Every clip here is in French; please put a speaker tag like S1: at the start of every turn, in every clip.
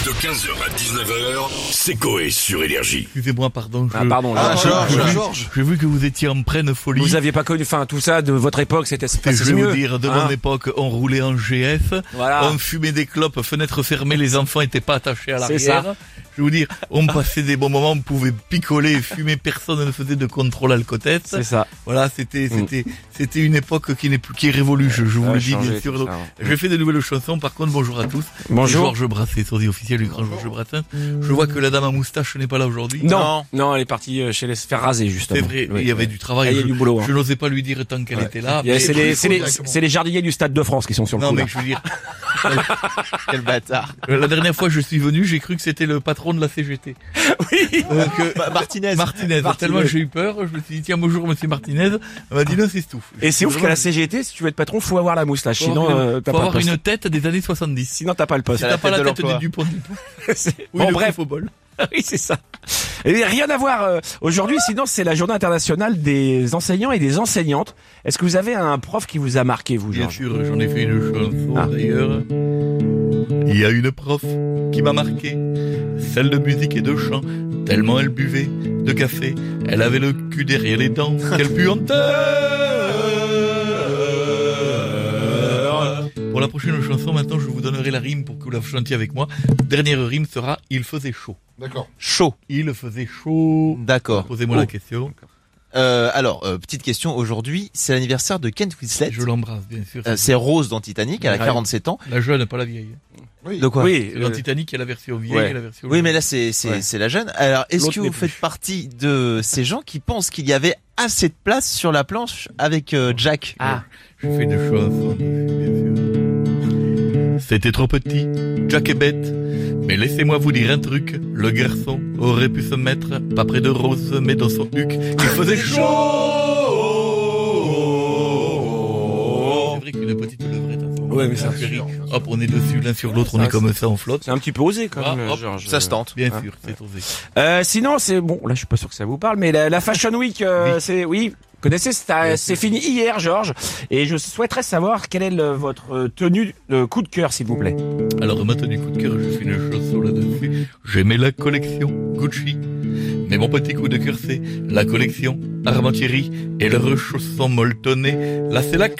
S1: De 15h à 19h, c'est Coé sur Énergie.
S2: Excusez-moi, pardon.
S3: Georges.
S2: J'ai vu que vous étiez en pleine folie.
S4: Vous aviez pas connu, tout ça de votre époque, c'était
S2: Je
S4: c'est
S2: vais
S4: mieux.
S2: vous dire, de mon époque, on roulait en GF,
S4: Voilà.
S2: on fumait des clopes, fenêtres fermées, les enfants étaient pas attachés à
S4: C'est
S2: l'arrière.
S4: ça.
S2: Je vais vous dire, on passait des bons moments, on pouvait picoler, fumer, personne ne faisait de contrôle alcotest.
S4: C'est ça.
S2: Voilà, c'était une époque qui est révolue, je vous le dis,
S4: changé,
S2: bien sûr.
S4: tout
S2: Donc,
S4: ça,
S2: je fais de nouvelles chansons, par contre, bonjour à tous.
S4: Bonjour.
S2: Georges Brassens, sosie officiel du grand Georges Brassens. Je vois que la dame à moustache n'est pas là aujourd'hui.
S4: Non, elle est partie chez les se faire raser, justement.
S2: C'est vrai,
S4: Oui,
S2: il y avait
S4: oui.
S2: du travail.
S4: Il y a du boulot.
S2: Je n'osais pas lui dire tant qu'elle était là.
S4: Il y a-
S2: mais-
S4: C'est les jardiniers du Stade de France qui sont sur le
S2: Non,
S4: coup.
S2: mais
S4: là.
S2: je veux dire,
S3: Quel bâtard.
S2: la dernière fois que je suis venu, j'ai cru que c'était le patron de la CGT.
S4: Oui.
S3: Martinez.
S2: Martinez. Tellement j'ai eu peur, je me suis dit, tiens, bonjour, monsieur Martinez. Elle m'a dit, non, c'est tout.
S4: Et c'est ouf qu'à la CGT, si tu veux être patron, faut avoir la moustache. Sinon, t'as
S2: faut
S4: pas
S2: avoir
S4: le poste.
S2: une tête des années 70.
S4: Sinon, t'as pas le poste.
S2: Si t'as pas la
S3: tête de
S2: tête
S3: l'emploi.
S2: du Dupont.
S4: C'est-
S2: Oui,
S4: Bon,
S2: le
S4: bref.
S2: faux bol.
S4: Oui, c'est ça. Et rien à voir aujourd'hui, sinon c'est la journée internationale des enseignants et des enseignantes. Est-ce que vous avez un prof qui vous a marqué, vous,
S2: Bien
S4: Georges?
S2: sûr, j'en ai fait une chanson
S4: Ah.
S2: d'ailleurs. Il y a une prof qui m'a marqué, celle de musique et de chant, tellement elle buvait de café, elle avait le cul derrière les dents, quelle puanteur. Pour la prochaine chanson, maintenant, je vous donnerai la rime pour que vous la chantiez avec moi. Dernière rime sera « Il faisait chaud
S3: D'accord. Chaud. ».
S2: Il faisait chaud.
S3: D'accord.
S2: Posez-moi la question.
S3: Petite question. Aujourd'hui, c'est l'anniversaire de Kate Winslet.
S2: Je l'embrasse, bien sûr.
S3: C'est Rose dans Titanic. Elle a
S2: Ouais.
S3: 47 ans.
S2: La jeune, pas la vieille.
S3: De quoi?
S4: Oui,
S2: Dans Titanic, il y a la version vieille
S4: ouais.
S2: et la version
S3: Oui,
S2: jeune.
S3: mais là, c'est la jeune. Alors, est-ce
S4: L'autre
S3: que
S4: n'est
S3: vous
S4: plus.
S3: faites partie de ces gens qui pensent qu'il y avait assez de place sur la planche avec Jack?
S4: Ah.
S2: Je fais des chansons dessus, bien sûr. C'était trop petit, Jack est bête. Mais laissez-moi vous dire un truc. Le garçon aurait pu se mettre, pas près de Rose, mais dans son huc. Il faisait chaud. C'est vrai qu'une petite levrette à son
S4: Ouais, mais ça,
S2: chérie. Hop, on est dessus l'un sur l'autre, on est comme ça, on flotte.
S4: C'est un petit peu osé quand
S2: Ah,
S4: même,
S2: hop,
S4: Georges.
S3: Ça se tente.
S2: Bien
S4: Ah.
S2: sûr, c'est osé.
S4: Sinon, c'est bon. Là, je suis pas sûr que ça vous parle, mais la Fashion Week, c'est oui. Vous connaissez, c'est fini hier, Georges. Et je souhaiterais savoir quelle est votre tenue de coup de cœur, s'il vous plaît.
S2: Alors, ma tenue coup de cœur, je fais une chanson là-dessus. J'aimais la collection Gucci. Mais mon petit coup de cœur, c'est la collection Armand Thierry et leurs chaussons molletonnés. Là, c'est la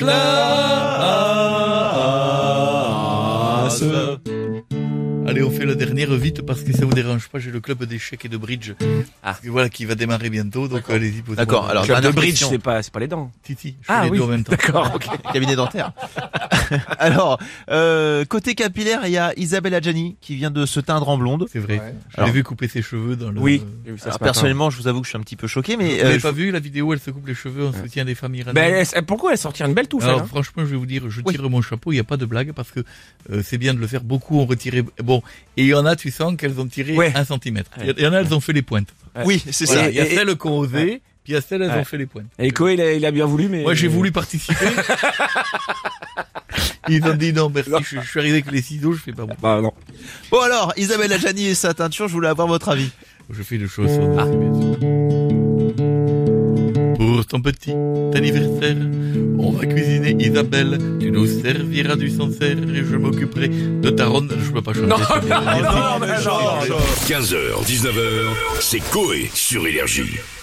S2: classe. Allez, on fait la dernière vite parce que ça vous dérange pas. J'ai le club d'échecs et de bridge.
S4: Ah.
S2: Voilà, qui va démarrer bientôt. Donc, allez-y, posez-moi.
S3: D'accord, alors,
S4: Club de
S3: dernière
S4: bridge,
S3: question.
S4: c'est pas les dents.
S2: Titi, je fais
S4: Ah
S2: les
S4: oui,
S2: deux en même temps.
S4: d'accord, ok.
S3: Cabinet dentaire. Alors, côté capillaire, il y a Isabelle Adjani qui vient de se teindre en blonde.
S2: C'est vrai. Je
S3: Alors-
S2: l'ai vu couper ses cheveux dans le...
S4: Oui.
S3: Alors, personnellement, je vous avoue que je suis un petit peu choqué, mais
S2: Vous n'avez pas vu la vidéo, elle se coupe les cheveux en soutien des familles iraniennes.
S4: Ben, pourquoi elle sortir une belle touffe,
S2: Alors
S4: hein
S2: franchement, je vais vous dire, je tire mon chapeau, il n'y a pas de blague, parce que c'est bien de le faire. Beaucoup ont retiré... Bon, et il y en a, tu sens qu'elles ont tiré
S4: Ouais.
S2: 1 centimètre. Il y en a, elles ont fait les pointes.
S3: oui, c'est
S2: Voilà,
S3: ça.
S2: il y a
S4: Et-
S2: celles qui ont osé, puis il y a celles, elles
S4: Ouais.
S2: ont fait les pointes.
S4: Et Koé, il a bien voulu, mais...
S2: Moi, j'ai voulu participer. Ils ont dit non, merci, je suis arrivé avec les ciseaux, je fais pas bon.
S4: Bah, non.
S3: Bon alors, Isabelle Adjani et sa teinture, je voulais avoir votre avis.
S2: Je fais des choses sur bien sûr. Pour ton petit anniversaire, on va cuisiner Isabelle. Tu nous serviras du Sancerre et je m'occuperai de ta ronde. Je peux pas chanter.
S4: Non,
S2: c'est bien.
S4: non,
S2: Merci.
S4: non, mais Georges.
S1: 15h, 19h, c'est Coé sur Énergie.